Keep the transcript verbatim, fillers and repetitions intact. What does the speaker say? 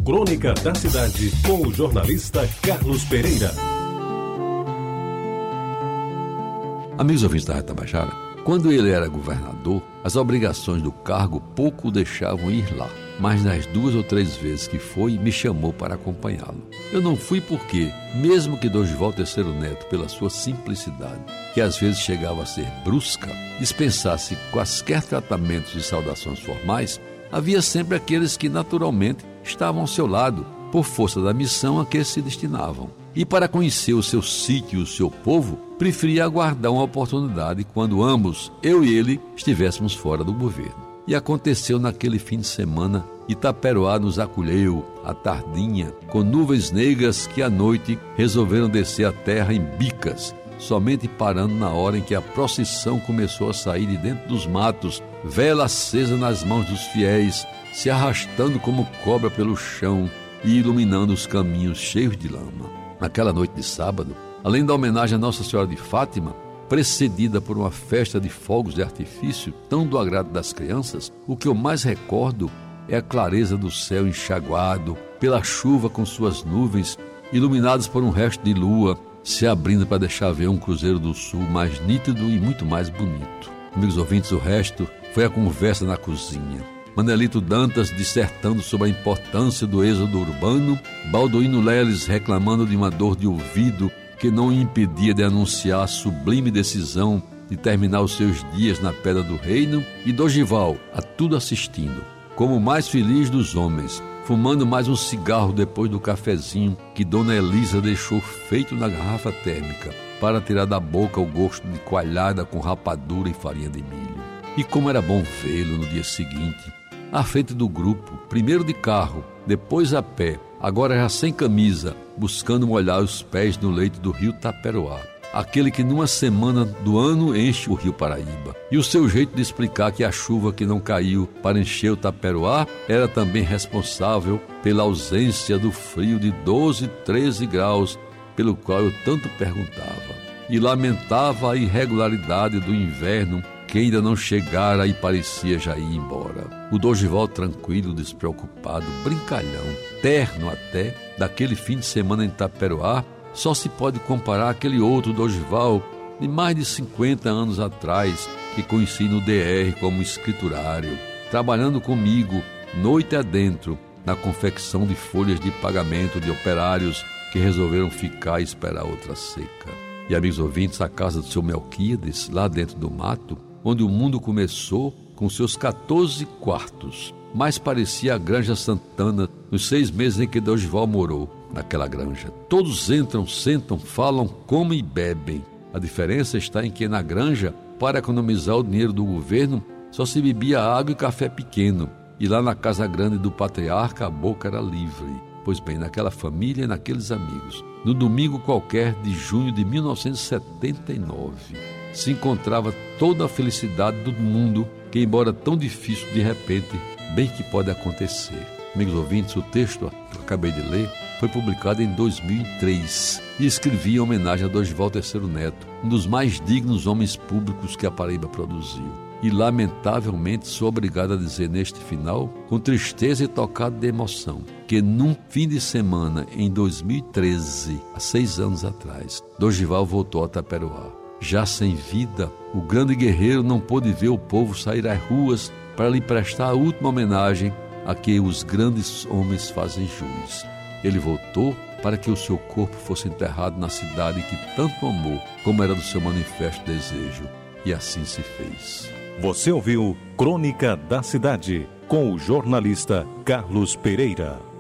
Crônica da Cidade, com o jornalista Carlos Pereira. Amigos ouvintes da Rádio Tabajara, quando ele era governador, as obrigações do cargo pouco o deixavam ir lá. Mas nas duas ou três vezes que foi, me chamou para acompanhá-lo. Eu não fui porque, mesmo que Dorival Terceiro Neto, pela sua simplicidade, que às vezes chegava a ser brusca, dispensasse quaisquer tratamentos e saudações formais, havia sempre aqueles que naturalmente estavam ao seu lado, por força da missão a que se destinavam. E para conhecer o seu sítio e o seu povo, preferia aguardar uma oportunidade quando ambos, eu e ele, estivéssemos fora do governo. E aconteceu naquele fim de semana, Itaperoá nos acolheu, à tardinha, com nuvens negras que à noite resolveram descer a terra em bicas, somente parando na hora em que a procissão começou a sair de dentro dos matos, vela acesa nas mãos dos fiéis, se arrastando como cobra pelo chão e iluminando os caminhos cheios de lama. Naquela noite de sábado, além da homenagem a Nossa Senhora de Fátima, precedida por uma festa de fogos de artifício tão do agrado das crianças, o que eu mais recordo é a clareza do céu enxaguado pela chuva com suas nuvens, iluminadas por um resto de lua, se abrindo para deixar ver um Cruzeiro do Sul mais nítido e muito mais bonito. Amigos ouvintes, o resto foi a conversa na cozinha. Manelito Dantas dissertando sobre a importância do êxodo urbano, Balduino Leles reclamando de uma dor de ouvido que não o impedia de anunciar a sublime decisão de terminar os seus dias na Pedra do Reino, e Dorival a tudo assistindo, como o mais feliz dos homens, fumando mais um cigarro depois do cafezinho que Dona Elisa deixou feito na garrafa térmica, para tirar da boca o gosto de coalhada com rapadura e farinha de milho. E como era bom vê-lo no dia seguinte, à frente do grupo, primeiro de carro, depois a pé, agora já sem camisa, buscando molhar os pés no leito do rio Taperoá, aquele que numa semana do ano enche o rio Paraíba. E o seu jeito de explicar que a chuva que não caiu para encher o Taperoá era também responsável pela ausência do frio de doze, treze graus, pelo qual eu tanto perguntava. E lamentava a irregularidade do inverno que ainda não chegara e parecia já ir embora. O Dorival tranquilo, despreocupado, brincalhão, terno até, daquele fim de semana em Itaperoá, só se pode comparar aquele outro Dorival de mais de cinquenta anos atrás, que conheci no D R como escriturário, trabalhando comigo, noite adentro, na confecção de folhas de pagamento de operários que resolveram ficar e esperar outra seca. E, amigos ouvintes, a casa do seu Melquiades, lá dentro do mato, onde o mundo começou com seus quatorze quartos, mais parecia a Granja Santana nos seis meses em que Dorival morou naquela granja. Todos entram, sentam, falam, comem e bebem. A diferença está em que na granja, para economizar o dinheiro do governo, só se bebia água e café pequeno, e lá na casa grande do patriarca a boca era livre. Pois bem, naquela família e naqueles amigos, no domingo qualquer de junho de mil novecentos e setenta e nove, se encontrava toda a felicidade do mundo que, embora tão difícil de repente, bem que pode acontecer. Amigos ouvintes, o texto que eu acabei de ler foi publicado em dois mil e três e escrevi em homenagem a Dorival Terceiro Neto, um dos mais dignos homens públicos que a Paraíba produziu. E lamentavelmente sou obrigado a dizer neste final, com tristeza e tocado de emoção, que num fim de semana em dois mil e treze, há seis anos atrás, Dorival voltou a Itaperoá. Já sem vida, o grande guerreiro não pôde ver o povo sair às ruas para lhe prestar a última homenagem a que os grandes homens fazem jus. Ele voltou para que o seu corpo fosse enterrado na cidade que tanto amou, como era do seu manifesto desejo. E assim se fez. Você ouviu Crônica da Cidade, com o jornalista Carlos Pereira.